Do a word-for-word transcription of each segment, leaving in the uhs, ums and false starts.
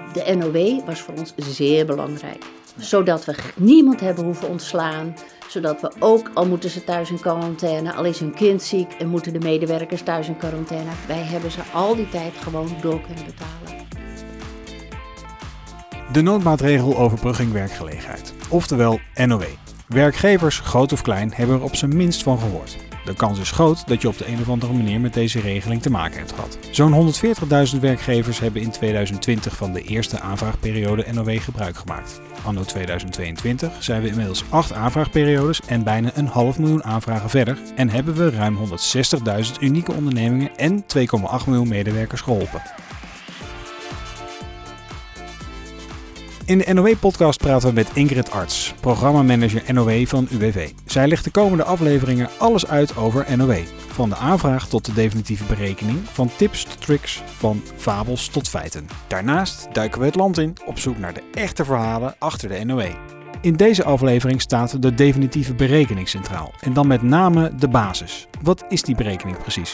De N O W was voor ons zeer belangrijk. Zodat we niemand hebben hoeven ontslaan. Zodat we ook, al moeten ze thuis in quarantaine, al is hun kind ziek en moeten de medewerkers thuis in quarantaine. Wij hebben ze al die tijd gewoon door kunnen betalen. De noodmaatregel overbrugging werkgelegenheid, oftewel N O W. Werkgevers, groot of klein, hebben er op zijn minst van gehoord. De kans is groot dat je op de een of andere manier met deze regeling te maken hebt gehad. Zo'n honderdveertigduizend werkgevers hebben in tweeduizend twintig van de eerste aanvraagperiode N O W gebruik gemaakt. Anno tweeduizend tweeëntwintig zijn we inmiddels acht aanvraagperiodes en bijna een half miljoen aanvragen verder en hebben we ruim honderdzestigduizend unieke ondernemingen en twee komma acht miljoen medewerkers geholpen. In de N O W-podcast praten we met Ingrid Arts, programmamanager N O W van U W V. Zij legt de komende afleveringen alles uit over N O W. Van de aanvraag tot de definitieve berekening, van tips tot tricks, van fabels tot feiten. Daarnaast duiken we het land in op zoek naar de echte verhalen achter de N O W. In deze aflevering staat de definitieve berekening centraal. En dan met name de basis. Wat is die berekening precies?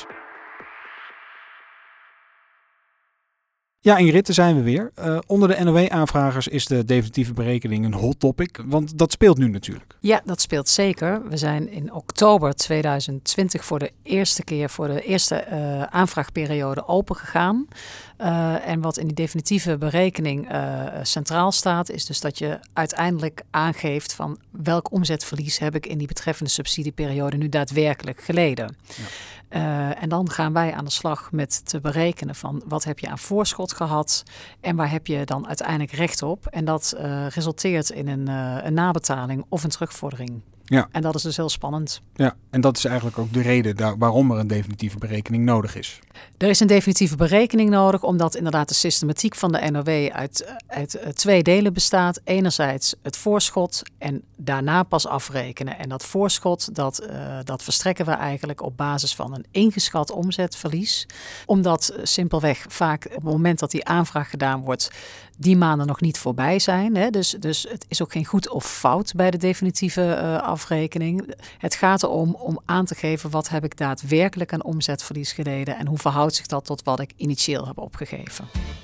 Ja, Ingrid, daar zijn we weer. Uh, onder de N O W-aanvragers is de definitieve berekening een hot topic, want dat speelt nu natuurlijk. Ja, dat speelt zeker. We zijn in oktober tweeduizend twintig voor de eerste keer voor de eerste uh, aanvraagperiode open gegaan. Uh, en wat in die definitieve berekening uh, centraal staat, is dus dat je uiteindelijk aangeeft van welk omzetverlies heb ik in die betreffende subsidieperiode nu daadwerkelijk geleden. Ja. Uh, en dan gaan wij aan de slag met te berekenen van wat heb je aan voorschot gehad en waar heb je dan uiteindelijk recht op. En dat uh, resulteert in een, uh, een nabetaling of een terugvordering. Ja. En dat is dus heel spannend. Ja, en dat is eigenlijk ook de reden daar, waarom er een definitieve berekening nodig is. Er is een definitieve berekening nodig, omdat inderdaad de systematiek van de N O W uit, uit twee delen bestaat. Enerzijds het voorschot en daarna pas afrekenen. En dat voorschot, dat, uh, dat verstrekken we eigenlijk op basis van een ingeschat omzetverlies. Omdat uh, simpelweg vaak op het moment dat die aanvraag gedaan wordt, die maanden nog niet voorbij zijn. Hè? Dus, dus het is ook geen goed of fout bij de definitieve uh, afrekening. Het gaat erom om aan te geven wat heb ik daadwerkelijk aan omzetverlies geleden en hoe verhoudt zich dat tot wat ik initieel heb opgegeven.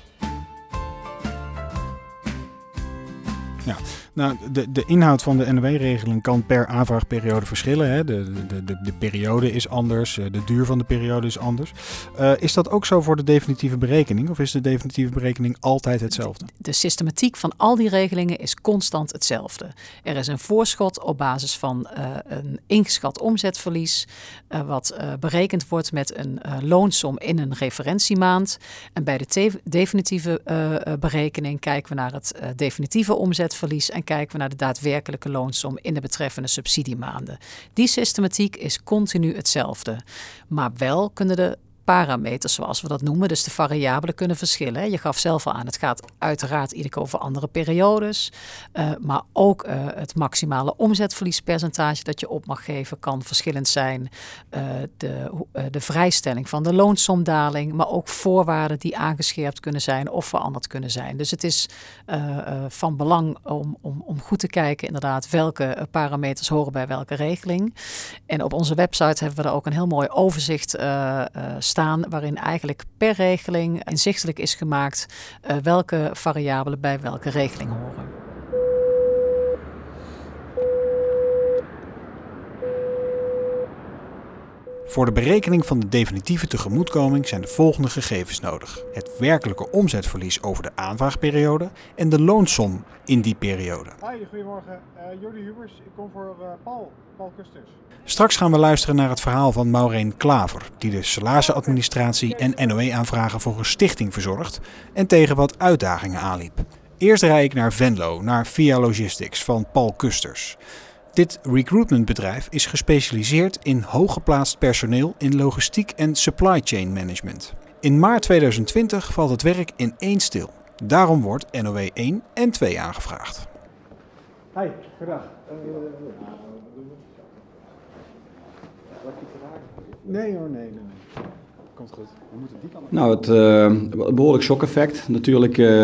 Ja, nou, de, de inhoud van de N O W-regeling kan per aanvraagperiode verschillen. Hè? De, de, de, de periode is anders, de duur van de periode is anders. Uh, is dat ook zo voor de definitieve berekening of is de definitieve berekening altijd hetzelfde? De systematiek van al die regelingen is constant hetzelfde. Er is een voorschot op basis van uh, een ingeschat omzetverlies, uh, wat uh, berekend wordt met een uh, loonsom in een referentiemaand. En bij de te- definitieve uh, berekening kijken we naar het uh, definitieve omzetverlies en kijken we naar de daadwerkelijke loonsom in de betreffende subsidiemaanden. Die systematiek is continu hetzelfde. Maar wel kunnen de parameters, zoals we dat noemen, dus de variabelen kunnen verschillen. Je gaf zelf al aan, het gaat uiteraard iedere keer over andere periodes. Uh, maar ook uh, het maximale omzetverliespercentage dat je op mag geven kan verschillend zijn. Uh, de, uh, de vrijstelling van de loonsomdaling, maar ook voorwaarden die aangescherpt kunnen zijn of veranderd kunnen zijn. Dus het is uh, uh, van belang om, om, om goed te kijken inderdaad welke parameters horen bij welke regeling. En op onze website hebben we er ook een heel mooi overzicht uh, uh, staan, waarin eigenlijk per regeling inzichtelijk is gemaakt uh, welke variabelen bij welke regeling horen. Voor de berekening van de definitieve tegemoetkoming zijn de volgende gegevens nodig. Het werkelijke omzetverlies over de aanvraagperiode en de loonsom in die periode. Hi, goedemorgen. Uh, Jordi Hubers, ik kom voor uh, Paul, Paul Kusters. Straks gaan we luisteren naar het verhaal van Maureen Klaver, die de salarisadministratie en N O W-aanvragen voor een stichting verzorgt en tegen wat uitdagingen aanliep. Eerst rijd ik naar Venlo, naar Via Logistics van Paul Kusters. Dit recruitmentbedrijf is gespecialiseerd in hooggeplaatst personeel in logistiek en supply chain management. In maart tweeduizend twintig valt het werk ineens stil. Daarom wordt N O W één en twee aangevraagd. Hi, goedendag. Uh, nee hoor, nee, nee, nee. Komt goed. We moeten die kant. Nou, het uh, behoorlijk shock-effect. Natuurlijk, uh,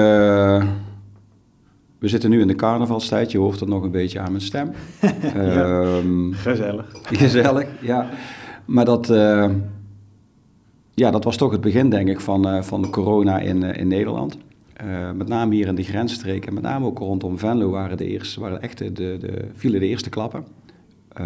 we zitten nu in de carnavalstijd. Je hoort het nog een beetje aan mijn stem. Ja, um, gezellig. Gezellig, ja. Maar dat, uh, ja, dat was toch het begin, denk ik, van, uh, van de corona in, uh, in Nederland. Uh, met name hier in de grensstreken, met name ook rondom Venlo waren de eerste, waren echt de, de, vielen de eerste klappen. Uh,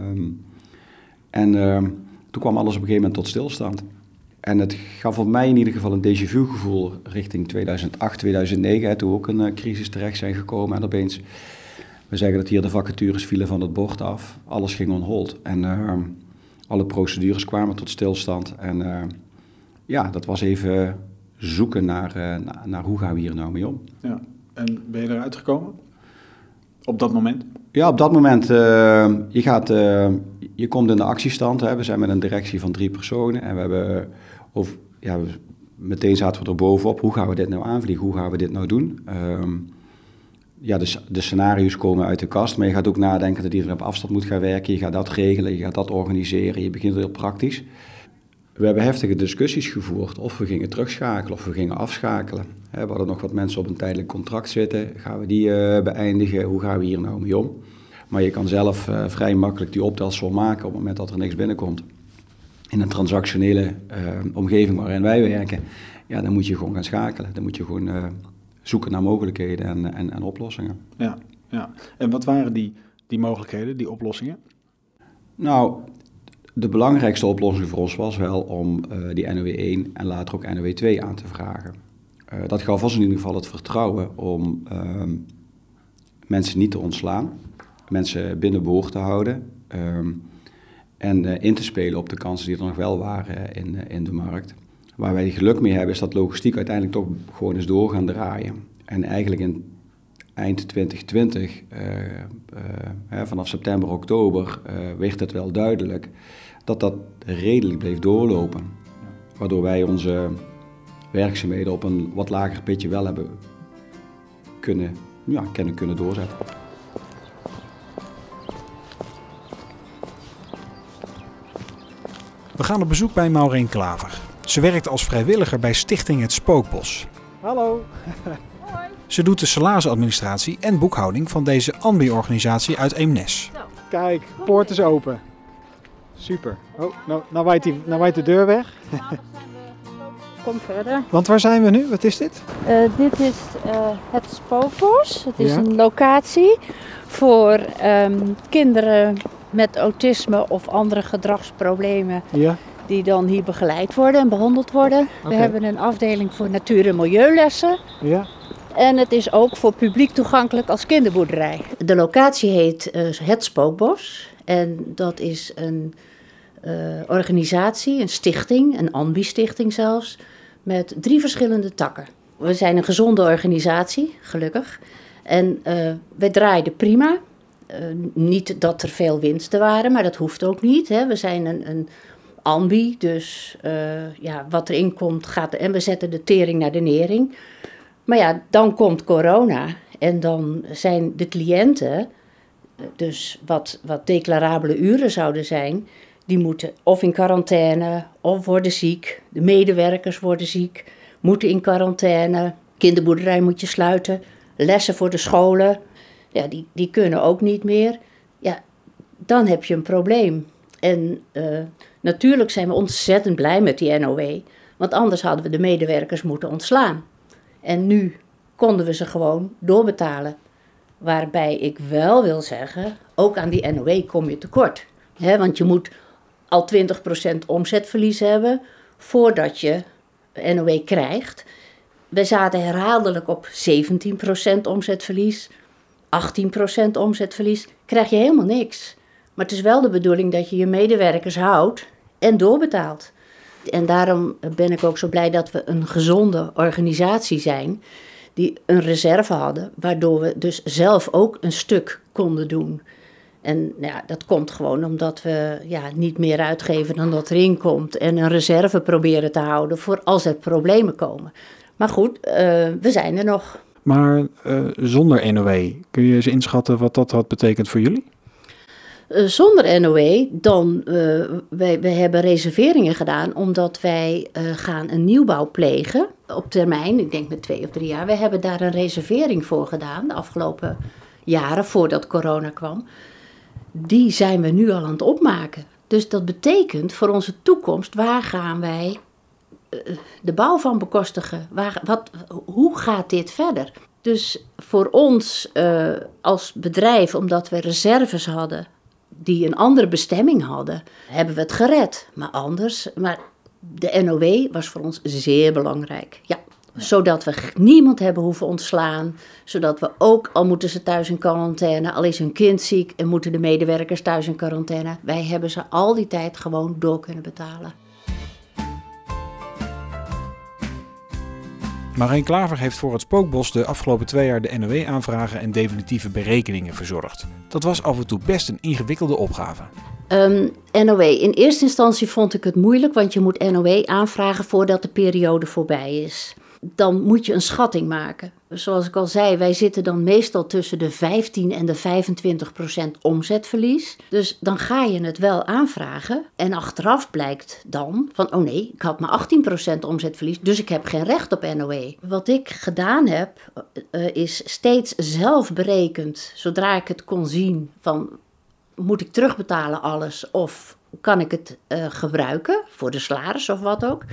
en uh, toen kwam alles op een gegeven moment tot stilstand. En het gaf voor mij in ieder geval een déjà vu gevoel richting tweeduizend acht, tweeduizend negen, hè, toen we ook in een crisis terecht zijn gekomen. En opeens, we zeggen dat hier de vacatures vielen van het bord af. Alles ging on hold. En uh, alle procedures kwamen tot stilstand. En uh, ja, dat was even zoeken naar, uh, naar, naar hoe gaan we hier nou mee om. Ja. En ben je eruit gekomen? Op dat moment? Ja, op dat moment. Uh, je, gaat, uh, je komt in de actiestand. Hè. We zijn met een directie van drie personen. En we hebben... Of, ja, meteen zaten we er bovenop. Hoe gaan we dit nou aanvliegen? Hoe gaan we dit nou doen? Um, ja, de, de scenario's komen uit de kast. Maar je gaat ook nadenken dat iedereen op afstand moet gaan werken. Je gaat dat regelen, je gaat dat organiseren. Je begint heel praktisch. We hebben heftige discussies gevoerd. Of we gingen terugschakelen of we gingen afschakelen. He, we hadden nog wat mensen op een tijdelijk contract zitten. Gaan we die uh, beëindigen? Hoe gaan we hier nou mee om? Maar je kan zelf uh, vrij makkelijk die optelsom maken op het moment dat er niks binnenkomt. In een transactionele uh, omgeving waarin wij werken, ja, dan moet je gewoon gaan schakelen. Dan moet je gewoon uh, zoeken naar mogelijkheden en, en, en oplossingen. Ja, ja. En wat waren die, die mogelijkheden, die oplossingen? Nou, de belangrijkste oplossing voor ons was wel om uh, die N O W één en later ook N O W twee aan te vragen. Uh, dat gaf ons in ieder geval het vertrouwen om uh, mensen niet te ontslaan, mensen binnen behoort te houden. Uh, En uh, in te spelen op de kansen die er nog wel waren in, uh, in de markt. Waar wij geluk mee hebben is dat logistiek uiteindelijk toch gewoon is door gaan draaien. En eigenlijk in eind twintig twintig, uh, uh, vanaf september, oktober, uh, werd het wel duidelijk dat dat redelijk bleef doorlopen. Waardoor wij onze werkzaamheden op een wat lager pitje wel hebben kunnen, ja, kunnen, kunnen doorzetten. We gaan op bezoek bij Maureen Klaver. Ze werkt als vrijwilliger bij Stichting Het Spookbos. Hallo. Hoi. Ze doet de salarisadministratie en boekhouding van deze ambi-organisatie uit Eemnes. Kijk, poort is open. Super. Oh, nou, nou, waait, die, nou waait de deur weg. Kom verder. Want waar zijn we nu? Wat is dit? Uh, dit is uh, het Spookbos. Het is Ja. een locatie voor um, kinderen met autisme of andere gedragsproblemen Ja. die dan hier begeleid worden en behandeld worden. Oké. We hebben een afdeling voor natuur- en milieulessen. Ja. En het is ook voor publiek toegankelijk als kinderboerderij. De locatie heet uh, Het Spookbos. En dat is een uh, organisatie, een stichting, een ambi-stichting zelfs, met drie verschillende takken. We zijn een gezonde organisatie, gelukkig. En uh, wij draaiden prima. Uh, niet dat er veel winsten waren, maar dat hoeft ook niet. Hè. We zijn een, een ambi, dus uh, ja, wat erin komt gaat... En we zetten de tering naar de nering. Maar ja, dan komt corona en dan zijn de cliënten, dus wat, wat declarabele uren zouden zijn, die moeten of in quarantaine of worden ziek. De medewerkers worden ziek, moeten in quarantaine. Kinderboerderij moet je sluiten, lessen voor de scholen, ja, die, die kunnen ook niet meer. Ja, dan heb je een probleem. En uh, natuurlijk zijn we ontzettend blij met die N O W, want anders hadden we de medewerkers moeten ontslaan. En nu konden we ze gewoon doorbetalen. Waarbij ik wel wil zeggen, ook aan die N O W kom je tekort. He, want je moet al twintig procent omzetverlies hebben voordat je N O W krijgt. We zaten herhaaldelijk op zeventien procent omzetverlies, achttien procent omzetverlies. Krijg je helemaal niks. Maar het is wel de bedoeling dat je je medewerkers houdt en doorbetaalt. En daarom ben ik ook zo blij dat we een gezonde organisatie zijn die een reserve hadden, waardoor we dus zelf ook een stuk konden doen. En ja, dat komt gewoon omdat we ja, niet meer uitgeven dan dat erin komt en een reserve proberen te houden voor als er problemen komen. Maar goed, uh, we zijn er nog. Maar uh, zonder N O W, kun je eens inschatten wat dat had betekend voor jullie? Uh, zonder N O W, dan, uh, wij, wij hebben reserveringen gedaan omdat wij uh, gaan een nieuwbouw plegen op termijn, ik denk met twee of drie jaar. We hebben daar een reservering voor gedaan de afgelopen jaren voordat corona kwam. Die zijn we nu al aan het opmaken. Dus dat betekent voor onze toekomst, waar gaan wij de bouw van bekostigen. Waar, wat, hoe gaat dit verder? Dus voor ons uh, als bedrijf, omdat we reserves hadden die een andere bestemming hadden, hebben we het gered. Maar anders, maar de N O W was voor ons zeer belangrijk. Ja. Ja. Zodat we niemand hebben hoeven ontslaan. Zodat we ook, al moeten ze thuis in quarantaine, al is hun kind ziek en moeten de medewerkers thuis in quarantaine. Wij hebben ze al die tijd gewoon door kunnen betalen. Marijn Klaver heeft voor het Spookbos de afgelopen twee jaar de N O W-aanvragen en definitieve berekeningen verzorgd. Dat was af en toe best een ingewikkelde opgave. Um, N O W. In eerste instantie vond ik het moeilijk, want je moet N O W aanvragen voordat de periode voorbij is. Dan moet je een schatting maken. Zoals ik al zei, wij zitten dan meestal tussen de vijftien en de vijfentwintig procent omzetverlies. Dus dan ga je het wel aanvragen. En achteraf blijkt dan van, oh nee, ik had maar achttien procent omzetverlies, dus ik heb geen recht op N O W. Wat ik gedaan heb, uh, is steeds zelf berekend, zodra ik het kon zien van, moet ik terugbetalen alles of kan ik het uh, gebruiken voor de salaris of wat ook.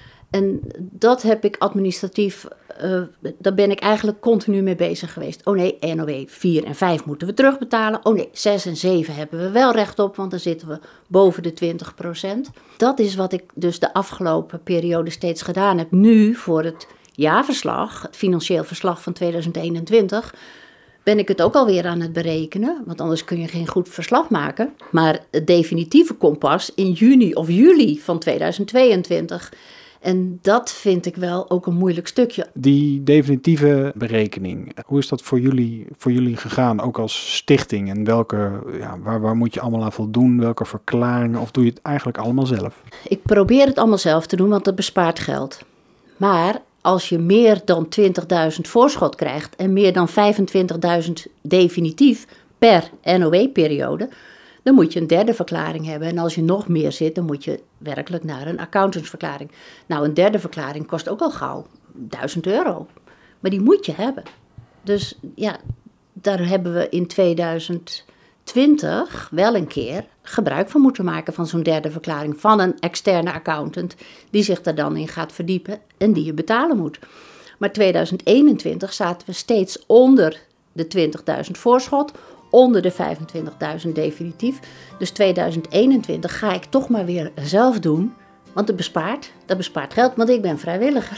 En dat heb ik administratief, uh, daar ben ik eigenlijk continu mee bezig geweest. Oh nee, N O W vier en vijf moeten we terugbetalen. Oh nee, zes en zeven hebben we wel recht op, want dan zitten we boven de twintig procent. Dat is wat ik dus de afgelopen periode steeds gedaan heb. Nu voor het jaarverslag, het financieel verslag van tweeduizend eenentwintig... ben ik het ook alweer aan het berekenen, want anders kun je geen goed verslag maken. Maar het definitieve kompas in juni of juli van tweeduizend tweeëntwintig... En dat vind ik wel ook een moeilijk stukje. Die definitieve berekening, hoe is dat voor jullie, voor jullie gegaan, ook als stichting? En welke, ja, waar, waar moet je allemaal aan voldoen? Welke verklaringen? Of doe je het eigenlijk allemaal zelf? Ik probeer het allemaal zelf te doen, want dat bespaart geld. Maar als je meer dan twintigduizend voorschot krijgt en meer dan vijfentwintigduizend definitief per N O W-periode, dan moet je een derde verklaring hebben. En als je nog meer zit, dan moet je werkelijk naar een accountantsverklaring. Nou, een derde verklaring kost ook al gauw duizend euro. Maar die moet je hebben. Dus ja, daar hebben we in tweeduizend twintig wel een keer gebruik van moeten maken van zo'n derde verklaring van een externe accountant die zich daar dan in gaat verdiepen en die je betalen moet. Maar tweeduizend eenentwintig zaten we steeds onder de twintigduizend voorschot, onder de vijfentwintigduizend definitief. Dus tweeduizend eenentwintig ga ik toch maar weer zelf doen, want dat bespaart, dat bespaart geld, want ik ben vrijwilliger.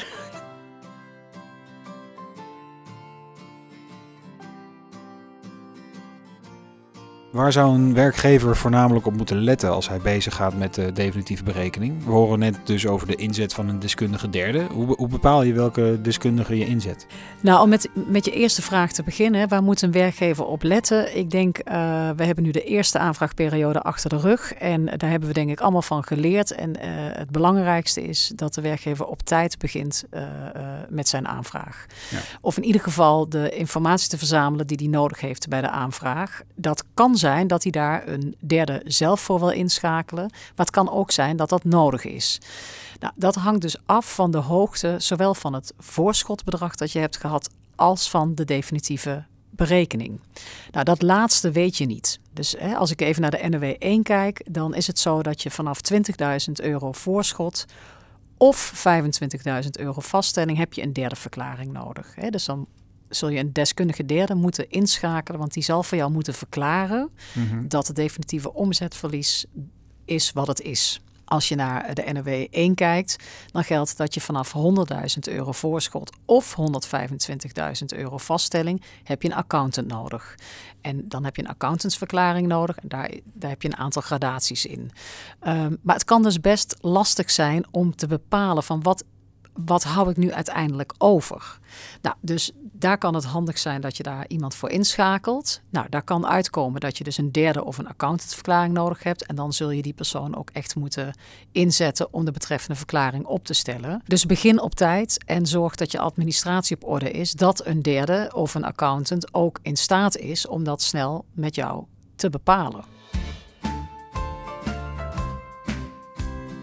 Waar zou een werkgever voornamelijk op moeten letten als hij bezig gaat met de definitieve berekening? We horen net dus over de inzet van een deskundige derde. Hoe, hoe bepaal je welke deskundige je inzet? Nou, om met, met je eerste vraag te beginnen, waar moet een werkgever op letten? Ik denk, uh, we hebben nu de eerste aanvraagperiode achter de rug en daar hebben we denk ik allemaal van geleerd. En uh, het belangrijkste is dat de werkgever op tijd begint uh, uh, met zijn aanvraag. Ja. Of in ieder geval de informatie te verzamelen die hij nodig heeft bij de aanvraag. Dat kan zijn dat hij daar een derde zelf voor wil inschakelen. Maar het kan ook zijn dat dat nodig is. Nou, dat hangt dus af van de hoogte, zowel van het voorschotbedrag dat je hebt gehad, als van de definitieve berekening. Nou, dat laatste weet je niet. Dus hè, als ik even naar de N O W één kijk, dan is het zo dat je vanaf twintigduizend euro voorschot of vijfentwintigduizend euro vaststelling heb je een derde verklaring nodig. Hè. Dus dan zul je een deskundige derde moeten inschakelen, want die zal voor jou moeten verklaren mm-hmm. dat het definitieve omzetverlies is wat het is. Als je naar de N O W één kijkt, dan geldt dat je vanaf honderdduizend euro voorschot of honderdvijfentwintigduizend euro vaststelling heb je een accountant nodig. En dan heb je een accountantsverklaring nodig en daar, daar heb je een aantal gradaties in. Um, maar het kan dus best lastig zijn om te bepalen van wat Wat hou ik nu uiteindelijk over? Nou, dus daar kan het handig zijn dat je daar iemand voor inschakelt. Nou, daar kan uitkomen dat je dus een derde of een accountantsverklaring nodig hebt. En dan zul je die persoon ook echt moeten inzetten om de betreffende verklaring op te stellen. Dus begin op tijd en zorg dat je administratie op orde is. Dat een derde of een accountant ook in staat is om dat snel met jou te bepalen.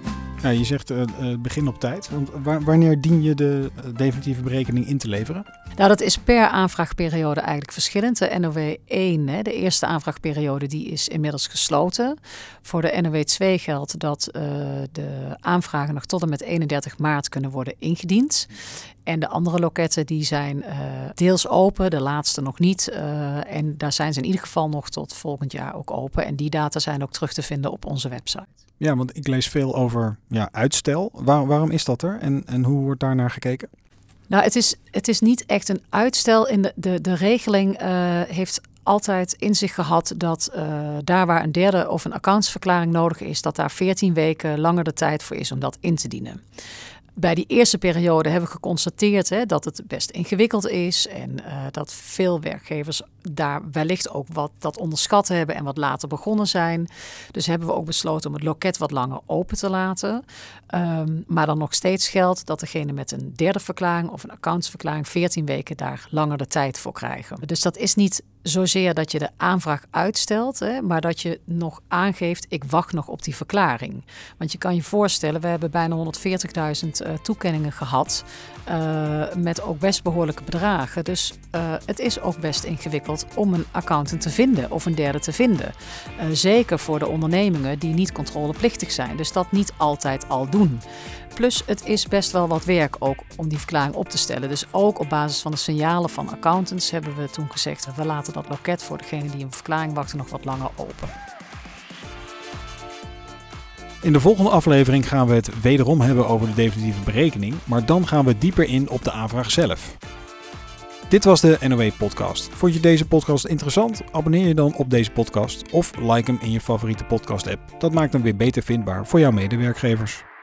Ja, je zegt uh, uh, begin op tijd. Want wa- wanneer dien je de uh, definitieve berekening in te leveren? Nou, dat is per aanvraagperiode eigenlijk verschillend. De N O W één, hè, de eerste aanvraagperiode, die is inmiddels gesloten. Voor de N O W twee geldt dat uh, de aanvragen nog tot en met eenendertig maart kunnen worden ingediend. En de andere loketten die zijn uh, deels open, de laatste nog niet. Uh, en daar zijn ze in ieder geval nog tot volgend jaar ook open. En die data zijn ook terug te vinden op onze website. Ja, want ik lees veel over ja, uitstel. Waar, waarom is dat er en, en hoe wordt daar naar gekeken? Nou, het is, het is niet echt een uitstel. In de, de, de regeling uh, heeft altijd in zich gehad dat uh, daar waar een derde of een accountsverklaring nodig is, dat daar veertien weken langer de tijd voor is om dat in te dienen. Bij die eerste periode hebben we geconstateerd hè, dat het best ingewikkeld is en uh, dat veel werkgevers daar wellicht ook wat dat onderschat hebben en wat later begonnen zijn. Dus hebben we ook besloten om het loket wat langer open te laten. Um, maar dan nog steeds geldt dat degene met een derde verklaring of een accountsverklaring veertien weken daar langer de tijd voor krijgen. Dus dat is niet zozeer dat je de aanvraag uitstelt, hè, maar dat je nog aangeeft, ik wacht nog op die verklaring. Want je kan je voorstellen, we hebben bijna honderdveertigduizend uh, toekenningen gehad, uh, met ook best behoorlijke bedragen. Dus uh, het is ook best ingewikkeld om een accountant te vinden of een derde te vinden. Uh, zeker voor de ondernemingen die niet controleplichtig zijn, dus dat niet altijd al doen. Plus het is best wel wat werk ook om die verklaring op te stellen. Dus ook op basis van de signalen van accountants hebben we toen gezegd, we laten dat loket voor degene die een verklaring wachten nog wat langer open. In de volgende aflevering gaan we het wederom hebben over de definitieve berekening, maar dan gaan we dieper in op de aanvraag zelf. Dit was de N O W-podcast. Vond je deze podcast interessant? Abonneer je dan op deze podcast of like hem in je favoriete podcast-app. Dat maakt hem weer beter vindbaar voor jouw medewerkgevers.